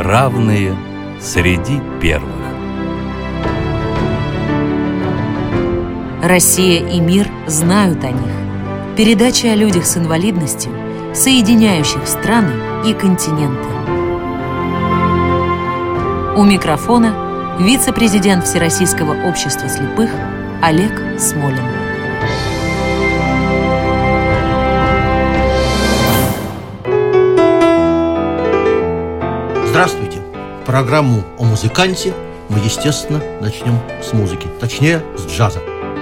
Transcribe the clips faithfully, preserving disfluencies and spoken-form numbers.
равные среди первых. Россия и мир знают о них. Передача о людях с инвалидностью, соединяющих страны и континенты. У микрофона вице-президент Всероссийского общества слепых Олег Смолин. Здравствуйте! Программу о музыканте мы, естественно, начнем с музыки, точнее, с джаза.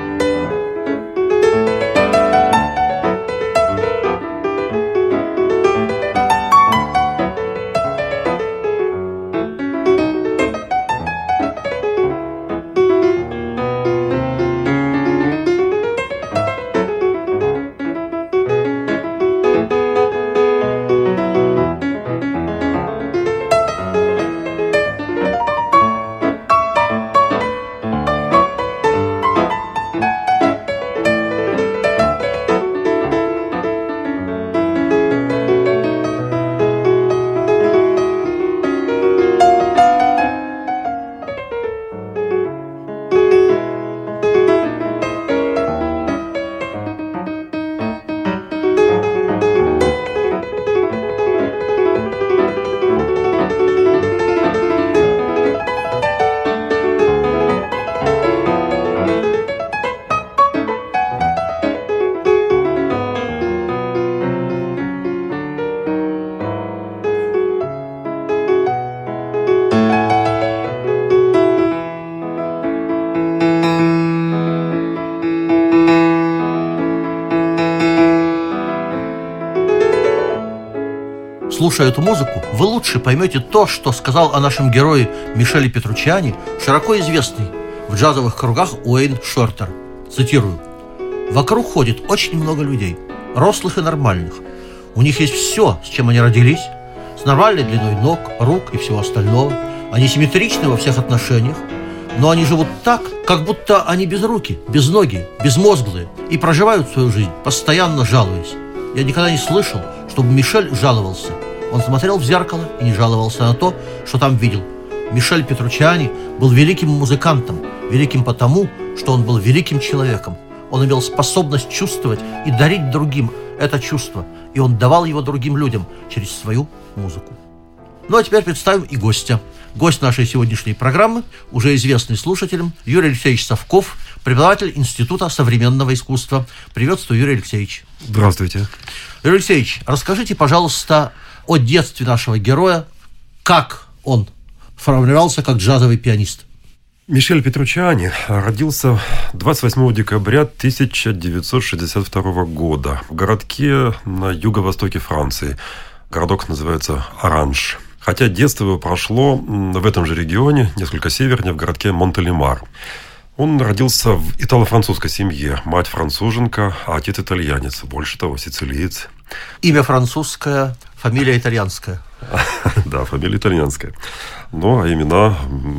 Слушая эту музыку, вы лучше поймете то, что сказал о нашем герое Мишеле Петруччиани широко известный в джазовых кругах Уэйн Шортер. Цитирую: «Вокруг ходит очень много людей, рослых и нормальных. У них есть все, с чем они родились, с нормальной длиной ног, рук и всего остального. Они симметричны во всех отношениях, но они живут так, как будто они безрукие, безногие, безмозглые и проживают свою жизнь, постоянно жалуясь. Я никогда не слышал, чтобы Мишель жаловался. Он смотрел в зеркало и не жаловался на то, что там видел. Мишель Петруччиани был великим музыкантом, великим потому, что он был великим человеком. Он имел способность чувствовать и дарить другим это чувство, и он давал его другим людям через свою музыку. Ну а теперь представим и гостя. Гость нашей сегодняшней программы, уже известный слушателям, Юрий Алексеевич Совков, преподаватель Института современного искусства. Приветствую, Юрий Алексеевич. Здравствуйте. Юрий Алексеевич, расскажите, пожалуйста, о детстве нашего героя, как он формировался как джазовый пианист. Мишель Петруччиани родился двадцать восьмого декабря тысяча девятьсот шестьдесят второго года в городке на юго-востоке Франции. Городок называется Оранж. Хотя детство его прошло в этом же регионе, несколько севернее, в городке Монтелемар. Он родился в итало-французской семье. Мать француженка, а отец итальянец. Больше того, сицилиец. Имя французское, фамилия итальянская. Да, фамилия итальянская. Ну, а имена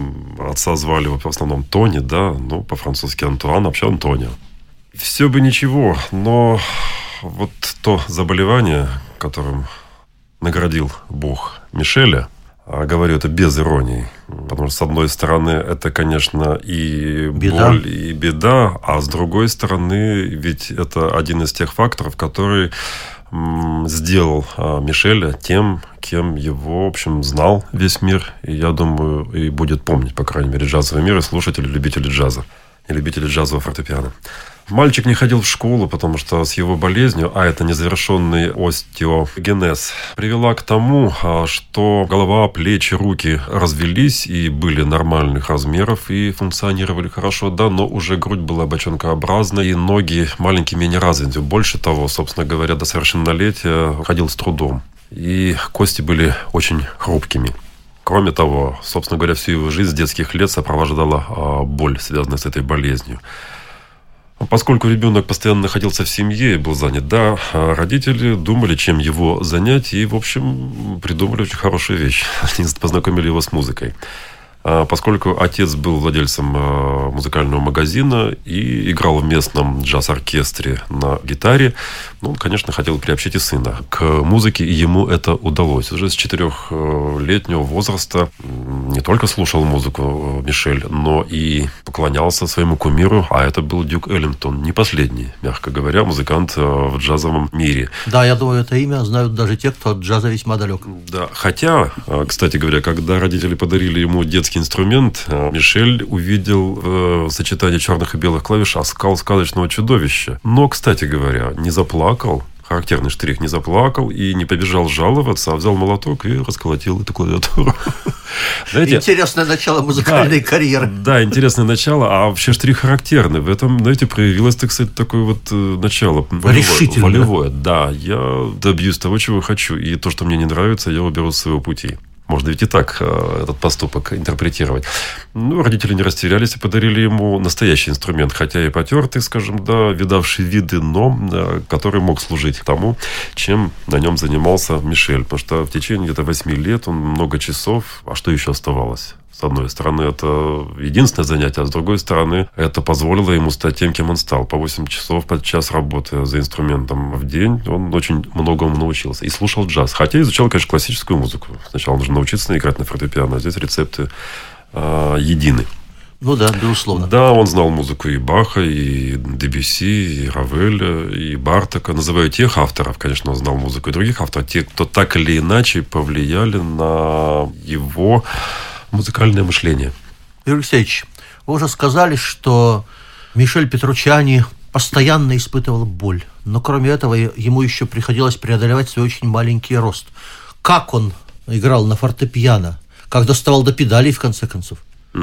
отца звали в основном Тони, да, ну, по-французски Антуан, вообще Антонио. Все бы ничего, но вот то заболевание, которым наградил Бог Мишеля, а говорю это без иронии, потому что, с одной стороны, это, конечно, и беда. боль, и беда, а с другой стороны, ведь это один из тех факторов, который м, сделал а, Мишеля тем, кем его, в общем, знал весь мир, и, я думаю, и будет помнить, по крайней мере, джазовый мир и слушатели, любители джаза и любители джазового фортепиано. Мальчик не ходил в школу, потому что с его болезнью, а это незавершенный остеогенез, привела к тому, что голова, плечи, руки развелись и были нормальных размеров и функционировали хорошо, да, но уже грудь была бочонкообразной и ноги маленькими и не развиты. Больше того, собственно говоря, до совершеннолетия ходил с трудом. И кости были очень хрупкими. Кроме того, собственно говоря, всю его жизнь с детских лет сопровождала боль, связанная с этой болезнью. Поскольку ребенок постоянно находился в семье и был занят, да, родители думали, чем его занять, и, в общем, придумали очень хорошую вещь. Они познакомили его с музыкой. Поскольку отец был владельцем музыкального магазина и играл в местном джаз-оркестре на гитаре, ну, он, конечно, хотел приобщить и сына к музыке, и ему это удалось. Уже с четырехлетнего возраста не только слушал музыку Мишель, но и поклонялся своему кумиру, а это был Дюк Эллингтон, не последний, мягко говоря, музыкант в джазовом мире. Да, я думаю, это имя знают даже те, кто от джаза весьма далек. Да, хотя, кстати говоря, когда родители подарили ему детский инструмент, Мишель увидел в сочетании черных и белых клавиш оскал сказочного чудовища. Но, кстати говоря, не заплакал. Характерный штрих: не заплакал и не побежал жаловаться, а взял молоток и расколотил эту клавиатуру. Знаете, интересное начало музыкальной да, карьеры. Да, интересное начало, а вообще штрих характерный. В этом, знаете, проявилось, так сказать, такое вот начало. Решительно. Волевое. Да, я добьюсь того, чего хочу. И то, что мне не нравится, я уберу с своего пути. Можно ведь и так э, этот поступок интерпретировать. Ну, родители не растерялись и подарили ему настоящий инструмент, хотя и потертый, скажем, да, видавший виды, но э, который мог служить тому, чем на нем занимался Мишель. Потому что в течение где-то восьми лет он много часов, а что еще оставалось? С одной стороны, это единственное занятие, а с другой стороны, это позволило ему стать тем, кем он стал. По восемь часов под час работы за инструментом в день он очень многому научился. И слушал джаз. Хотя изучал, конечно, классическую музыку. Сначала нужно научиться играть на фортепиано, а здесь рецепты э, едины. Ну да, безусловно. Да, он знал музыку и Баха, и Дебюсси, и Равеля, и Бартока. Называю тех авторов, конечно, он знал музыку и других авторов, те, кто так или иначе повлияли на его музыкальное мышление. Юрий Алексеевич, вы уже сказали, что Мишель Петруччиани постоянно испытывал боль. Но кроме этого ему еще приходилось преодолевать свой очень маленький рост. Как он играл на фортепиано? Как доставал до педалей, в конце концов?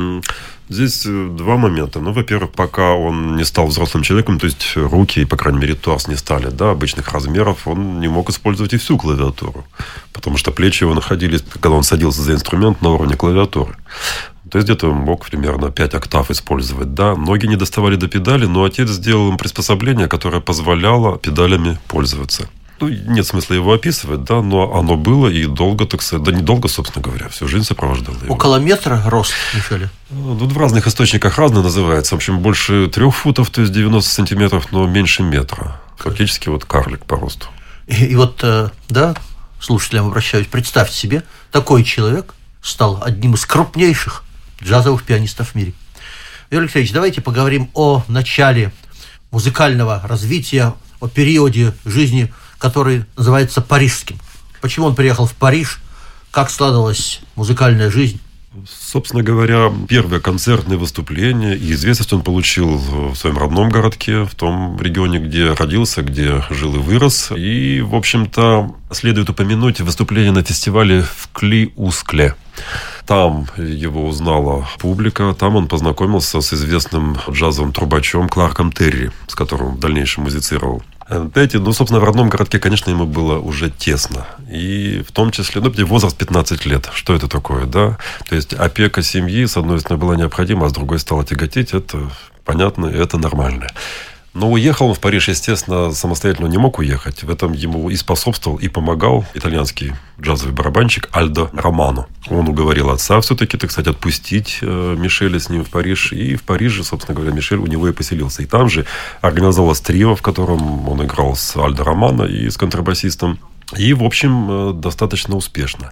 Здесь два момента. Ну, во-первых, пока он не стал взрослым человеком, то есть руки, по крайней мере, торс не стали, да, обычных размеров, он не мог использовать и всю клавиатуру. Потому что плечи его находились, когда он садился за инструмент, на уровне клавиатуры. То есть где-то он мог примерно пять октав использовать, да. Ноги не доставали до педали, но отец сделал им приспособление, которое позволяло педалями пользоваться. Ну, нет смысла его описывать, да, но оно было и долго, так сказать, да недолго, собственно говоря, всю жизнь сопровождало его. Около метра рост Мишеля? Ну, в разных источниках разно называется. В общем, больше трех футов, то есть девяносто сантиметров, но меньше метра. Фактически вот карлик по росту. И, и вот, да, слушателям обращаюсь, представьте себе, такой человек стал одним из крупнейших джазовых пианистов в мире. Юрий Алексеевич, давайте поговорим о начале музыкального развития, о периоде жизни, который называется парижским. Почему он приехал в Париж? Как складывалась музыкальная жизнь? Собственно говоря, первое концертное выступление и известность он получил в своем родном городке, в том регионе, где родился, где жил и вырос. И, в общем-то, следует упомянуть выступление на фестивале в Кли-Ускле. Там его узнала публика, там он познакомился с известным джазовым трубачом Кларком Терри, с которым он в дальнейшем музицировал. Знаете, ну, собственно, в родном городке, конечно, ему было уже тесно. И в том числе, ну, возраст пятнадцать лет. Что это такое, да? То есть опека семьи, с одной стороны, была необходима, а с другой стала тяготить. Это понятно, это нормально. Но уехал он в Париж, естественно, самостоятельно не мог уехать. В этом ему и способствовал, и помогал итальянский джазовый барабанщик Альдо Романо. Он уговорил отца все-таки, так сказать, отпустить э, Мишеля с ним в Париж. И в Париже, собственно говоря, Мишель у него и поселился. И там же организовалось трио, в котором он играл с Альдо Романо и с контрабасистом. И, в общем, э, достаточно успешно.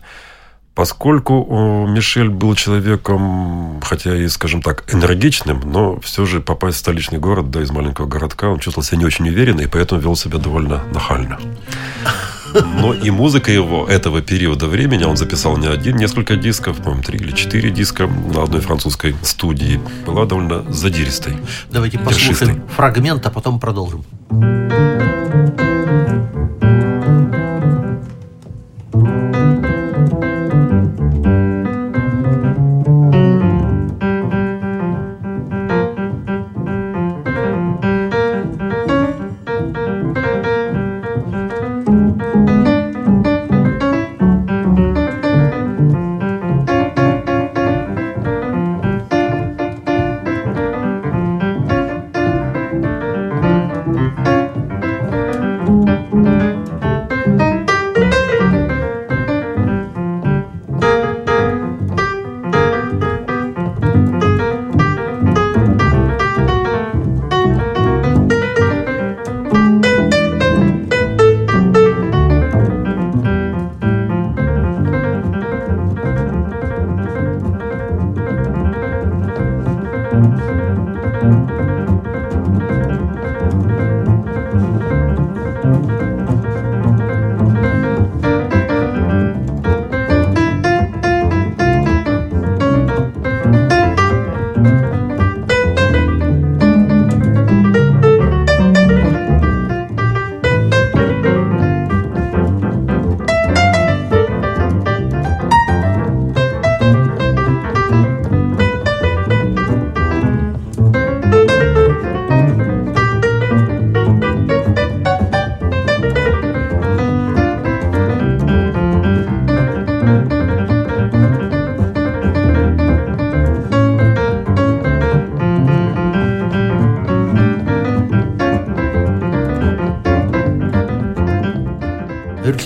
Поскольку Мишель был человеком, хотя и, скажем так, энергичным, но все же попасть в столичный город, да, из маленького городка, он чувствовал себя не очень уверенно, и поэтому вел себя довольно нахально. Но и музыка его этого периода времени, он записал не один, несколько дисков, по-моему, три или четыре диска на одной французской студии, была довольно задиристой. Давайте послушаем фрагмент, а потом продолжим. Thank you.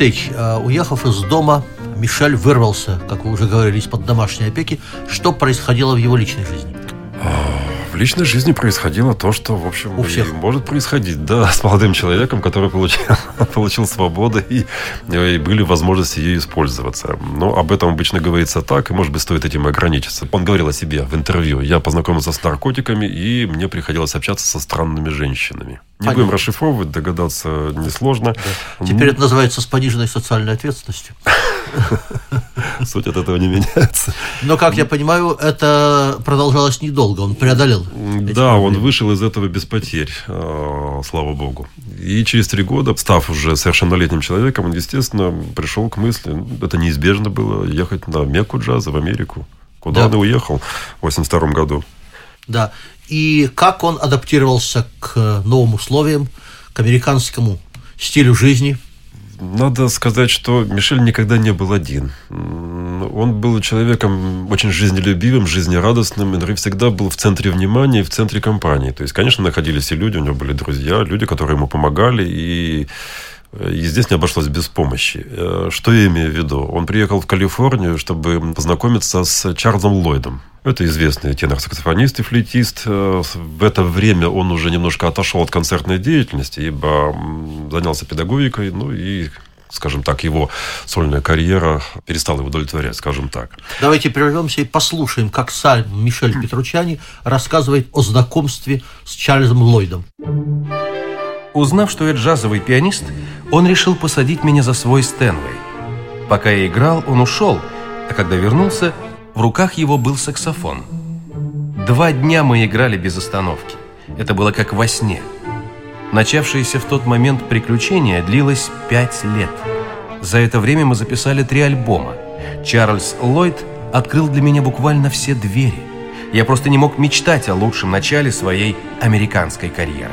Алексеевич, уехав из дома, Мишель вырвался, как вы уже говорили, из-под домашней опеки. Что происходило в его личной жизни? В личной жизни происходило то, что, в общем, У всех. может происходить, да, с молодым человеком, который получил, получил свободу и, и были возможности ее использоваться. Но об этом обычно говорится так, и, может быть, стоит этим ограничиться. Он говорил о себе в интервью. Я познакомился с наркотиками, и мне приходилось общаться со странными женщинами. Не Понятно. будем расшифровывать, догадаться несложно. Да. Теперь это называется с пониженной социальной ответственностью. Суть от этого не меняется. Но, как я понимаю, это продолжалось недолго. Он преодолел. Да, он вышел из этого без потерь, слава богу. И через три года, став уже совершеннолетним человеком, он, естественно, пришел к мысли, это неизбежно было, ехать на Мекку джаза в Америку, куда Да. он и уехал в восемьдесят втором году. Да. И как он адаптировался к новым условиям, к американскому стилю жизни? Надо сказать, что Мишель никогда не был один. Он был человеком очень жизнелюбивым, жизнерадостным, и всегда был в центре внимания, в центре компании. То есть, конечно, находились и люди, у него были друзья, люди, которые ему помогали, и, и здесь не обошлось без помощи. Что я имею в виду? Он приехал в Калифорнию, чтобы познакомиться с Чарльзом Ллойдом. Это известный тенор-саксофонист и флейтист. В это время он уже немножко отошел от концертной деятельности, ибо занялся педагогикой, ну и, скажем так, его сольная карьера перестала его удовлетворять, скажем так. Давайте прервемся и послушаем, как сам Мишель Петруччиани рассказывает о знакомстве с Чарльзом Ллойдом. Узнав, что я джазовый пианист, он решил посадить меня за свой Стэнвей. Пока я играл, он ушел, а когда вернулся, в руках его был саксофон. Два дня мы играли без остановки. Это было как во сне. Начавшееся в тот момент приключение длилось пять лет. За это время мы записали три альбома. Чарльз Ллойд открыл для меня буквально все двери. Я просто не мог мечтать о лучшем начале своей американской карьеры.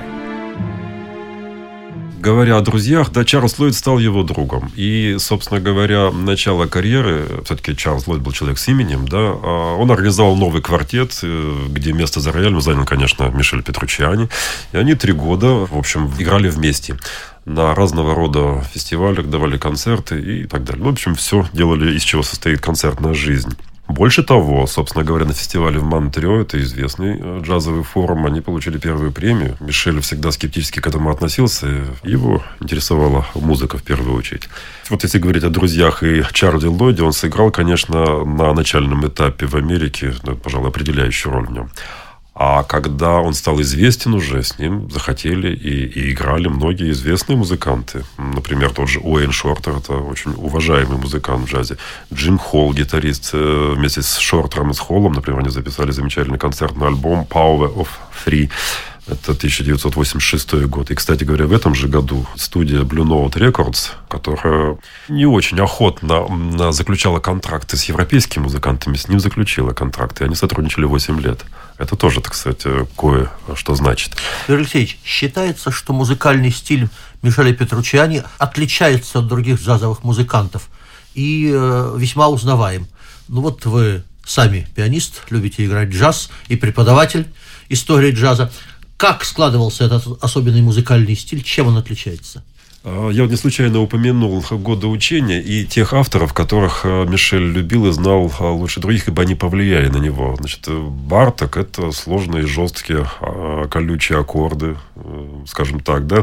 Говоря о друзьях, да, Чарльз Ллойд стал его другом. И, собственно говоря, начало карьеры, все-таки Чарльз Ллойд был человек с именем, да, он организовал новый квартет, где место за роялем занял, конечно, Мишель Петруччиани. И они три года, в общем, играли вместе на разного рода фестивалях, давали концерты и так далее. В общем, все делали, из чего состоит концертная жизнь. Больше того, собственно говоря, на фестивале в Монтрео, это известный джазовый форум, они получили первую премию. Мишель всегда скептически к этому относился. Его интересовала музыка в первую очередь. Вот если говорить о друзьях и Чарльзе Ллойде, он сыграл, конечно, на начальном этапе в Америке, ну, пожалуй, определяющую роль в нем. А когда он стал известен уже, с ним захотели и, и играли многие известные музыканты. Например, тот же Уэйн Шортер, это очень уважаемый музыкант в джазе. Джим Холл, гитарист, вместе с Шортером и с Холлом, например, они записали замечательный концертный альбом «Power of Three». Это тысяча девятьсот восемьдесят шестой год. И, кстати говоря, в этом же году студия Blue Note Records, которая не очень охотно заключала контракты с европейскими музыкантами, с ним заключила контракты. И они сотрудничали восемь лет. Это тоже, так сказать, кое-что значит. Юрий Алексеевич, считается, что музыкальный стиль Мишеля Петруччиани отличается от других джазовых музыкантов и э, весьма узнаваем. Ну вот вы сами пианист, любите играть джаз и преподаватель истории джаза. Как складывался этот особенный музыкальный стиль? Чем он отличается? Я вот не случайно упомянул годы учения и тех авторов, которых Мишель любил и знал лучше других, ибо они повлияли на него. Значит, Барток – это сложные, жесткие, колючие аккорды, скажем так, да.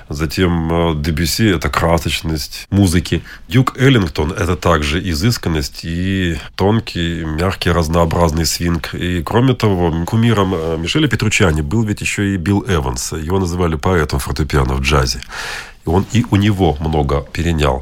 Затем Дебюсси – это красочность музыки. Дюк Эллингтон – это также изысканность и тонкий, мягкий, разнообразный свинг. И, кроме того, кумиром Мишеля Петруччиани был ведь еще и Билл Эванс. Его называли поэтом фортепиано в джазе. И он и у него много перенял.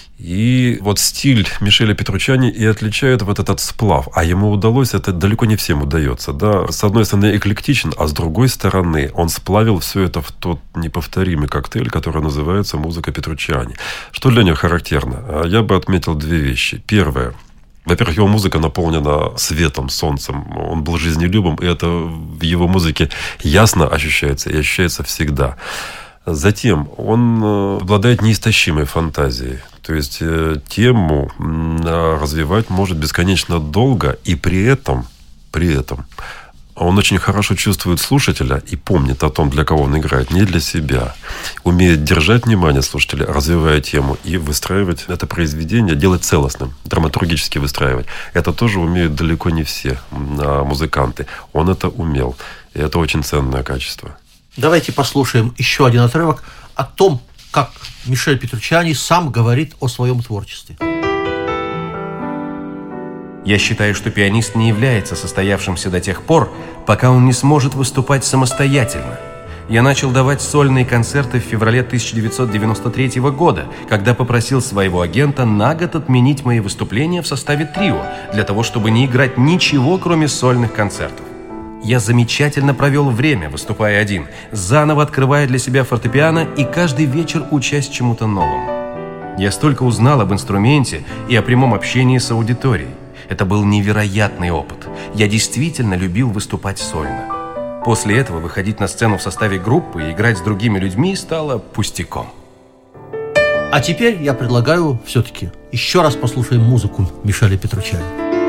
И вот стиль Мишеля Петруччиани и отличает вот этот сплав. А ему удалось, это далеко не всем удается. Да? С одной стороны, эклектичен, а с другой стороны, он сплавил все это в тот неповторимый коктейль, который называется музыка Петруччиани. Что для него характерно? Я бы отметил две вещи. Первое. Во-первых, его музыка наполнена светом, солнцем. Он был жизнелюбым, и это в его музыке ясно ощущается и ощущается всегда. Затем он обладает неистощимой фантазией. То есть тему развивать может бесконечно долго, и при этом, при этом Он очень хорошо чувствует слушателя и помнит о том, для кого он играет, не для себя. Умеет держать внимание слушателя, развивая тему и выстраивать это произведение, делать целостным, драматургически выстраивать. Это тоже умеют далеко не все музыканты. Он это умел. И это очень ценное качество. Давайте послушаем еще один отрывок о том, как Мишель Петруччиани сам говорит о своем творчестве. Я считаю, что пианист не является состоявшимся до тех пор, пока он не сможет выступать самостоятельно. Я начал давать сольные концерты в феврале тысяча девятьсот девяносто третьего года, когда попросил своего агента на год отменить мои выступления в составе трио, для того, чтобы не играть ничего, кроме сольных концертов. Я замечательно провел время, выступая один, заново открывая для себя фортепиано и каждый вечер учась чему-то новому. Я столько узнал об инструменте и о прямом общении с аудиторией. Это был невероятный опыт. Я действительно любил выступать сольно. После этого выходить на сцену в составе группы и играть с другими людьми стало пустяком. А теперь я предлагаю все-таки еще раз послушаем музыку Мишеля Петруччиани.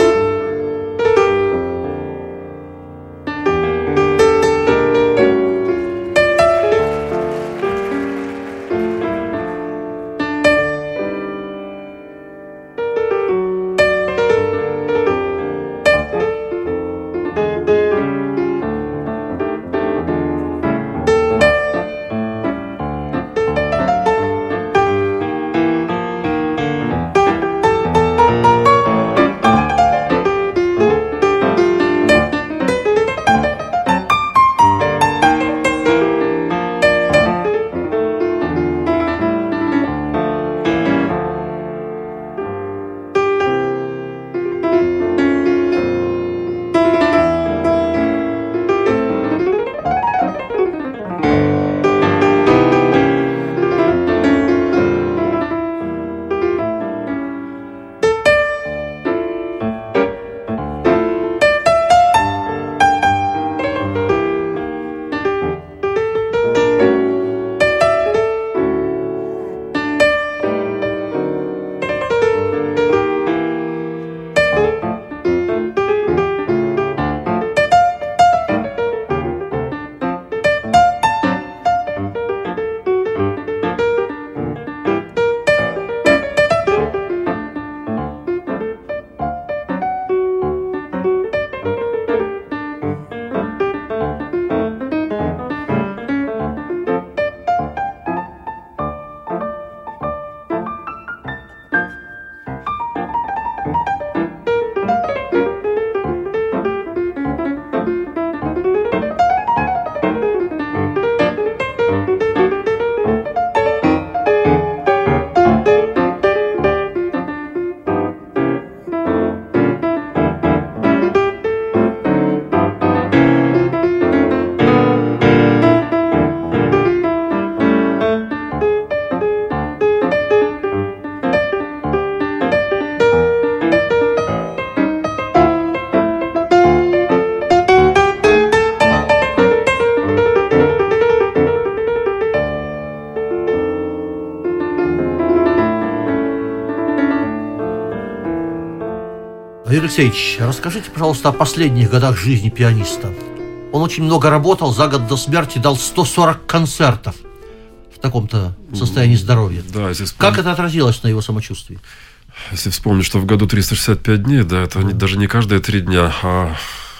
Юрий Алексеевич, расскажите, пожалуйста, о последних годах жизни пианиста. Он очень много работал, за год до смерти дал сто сорок концертов в таком-то состоянии здоровья. Да, если вспомнить... Как это отразилось на его самочувствии? Если вспомнить, что в году триста шестьдесят пять дней, да, это mm. даже не каждые три дня, а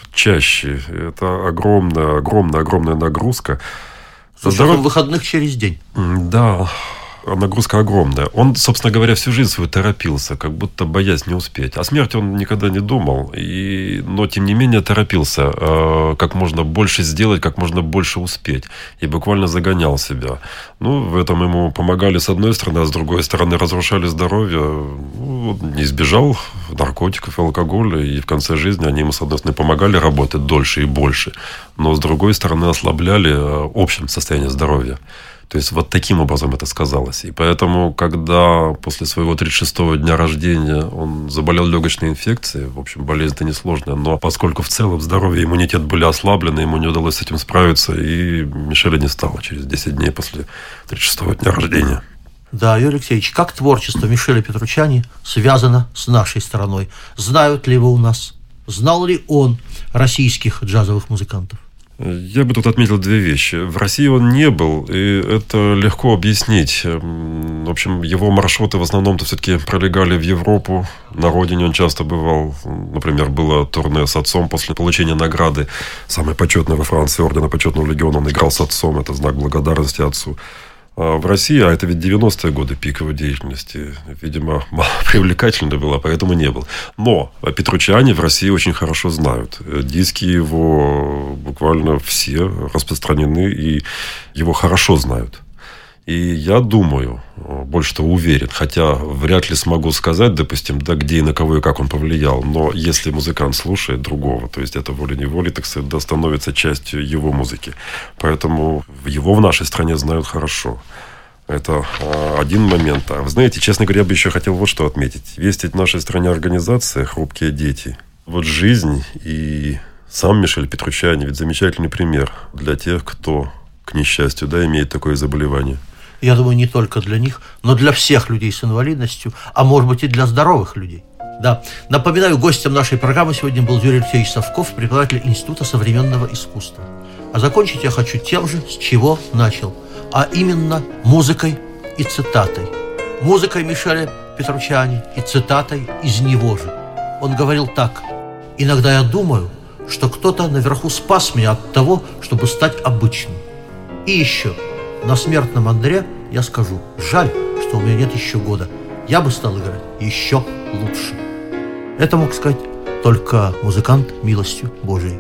чаще. Это огромная, огромная, огромная нагрузка. С учетом выходных через день. Да, нагрузка огромная. Он, собственно говоря, всю жизнь свою торопился, как будто боясь не успеть. О смерти он никогда не думал, и... но, тем не менее, торопился э, как можно больше сделать, как можно больше успеть. И буквально загонял себя. Ну, в этом ему помогали с одной стороны, а с другой стороны разрушали здоровье. Ну, не избежал наркотиков и алкоголя, и в конце жизни они ему, с одной стороны, помогали работать дольше и больше, но, с другой стороны, ослабляли общее состояние здоровья. То есть вот таким образом это сказалось. И поэтому, когда после своего тридцать шестого дня рождения он заболел легочной инфекцией, в общем, болезнь-то несложная, но поскольку в целом здоровье и иммунитет были ослаблены, ему не удалось с этим справиться, и Мишеля не стало через десять дней после тридцать шестого дня рождения. Да, Юрий Алексеевич, как творчество Мишеля Петруччиани связано с нашей страной? Знают ли вы у нас знал ли он российских джазовых музыкантов? Я бы тут отметил две вещи. В России он не был, и это легко объяснить. В общем, его маршруты в основном-то все-таки пролегали в Европу. На родине он часто бывал. Например, было турне с отцом после получения награды, самой почетной во Франции, ордена почетного легиона. Он играл с отцом, это знак благодарности отцу. А в России, а это ведь девяностые годы пиковой деятельности, видимо, мало привлекательно было, поэтому не был. Но Петруччиани в России очень хорошо знают. Диски его буквально все распространены, и его хорошо знают. И я думаю, больше того уверен, хотя вряд ли смогу сказать, допустим, да, где и на кого и как он повлиял, но если музыкант слушает другого, то есть это волей-неволей, так сказать, да, становится частью его музыки. Поэтому его в нашей стране знают хорошо. Это один момент. А вы знаете, честно говоря, я бы еще хотел вот что отметить. Есть ведь в нашей стране организация «Хрупкие дети». Вот жизнь и сам Мишель Петруччиани ведь замечательный пример для тех, кто, к несчастью, да, имеет такое заболевание. Я думаю, не только для них, но для всех людей с инвалидностью, а может быть и для здоровых людей. Да. Напоминаю, гостем нашей программы сегодня был Юрий Алексеевич Совков, преподаватель Института современного искусства. А закончить я хочу тем же, с чего начал, а именно музыкой и цитатой. Музыкой Мишеля Петруччиани и цитатой из него же. Он говорил так: «Иногда я думаю, что кто-то наверху спас меня от того, чтобы стать обычным. И еще, на смертном одре я скажу: жаль, что у меня нет еще года. Я бы стал играть еще лучше». Это мог сказать только музыкант милостью Божией.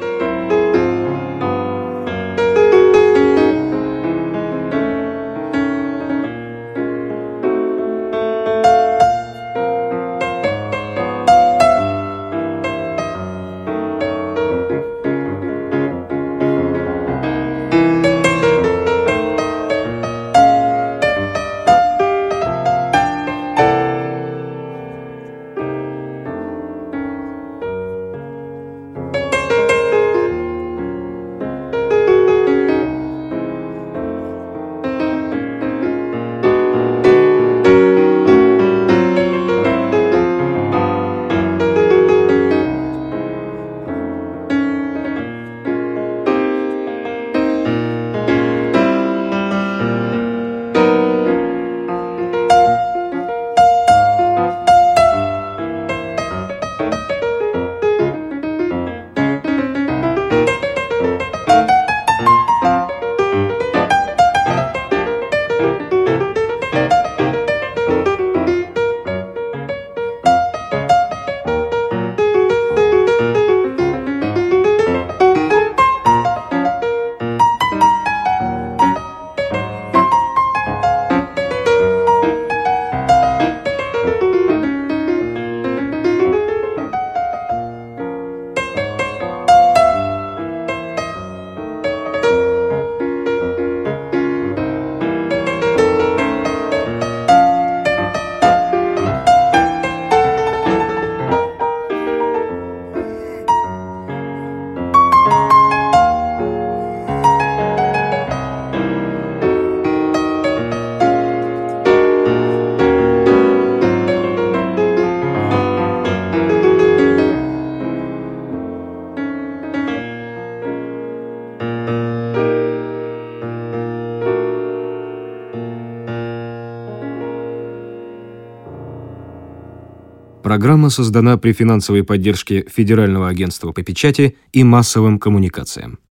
Программа создана при финансовой поддержке Федерального агентства по печати и массовым коммуникациям.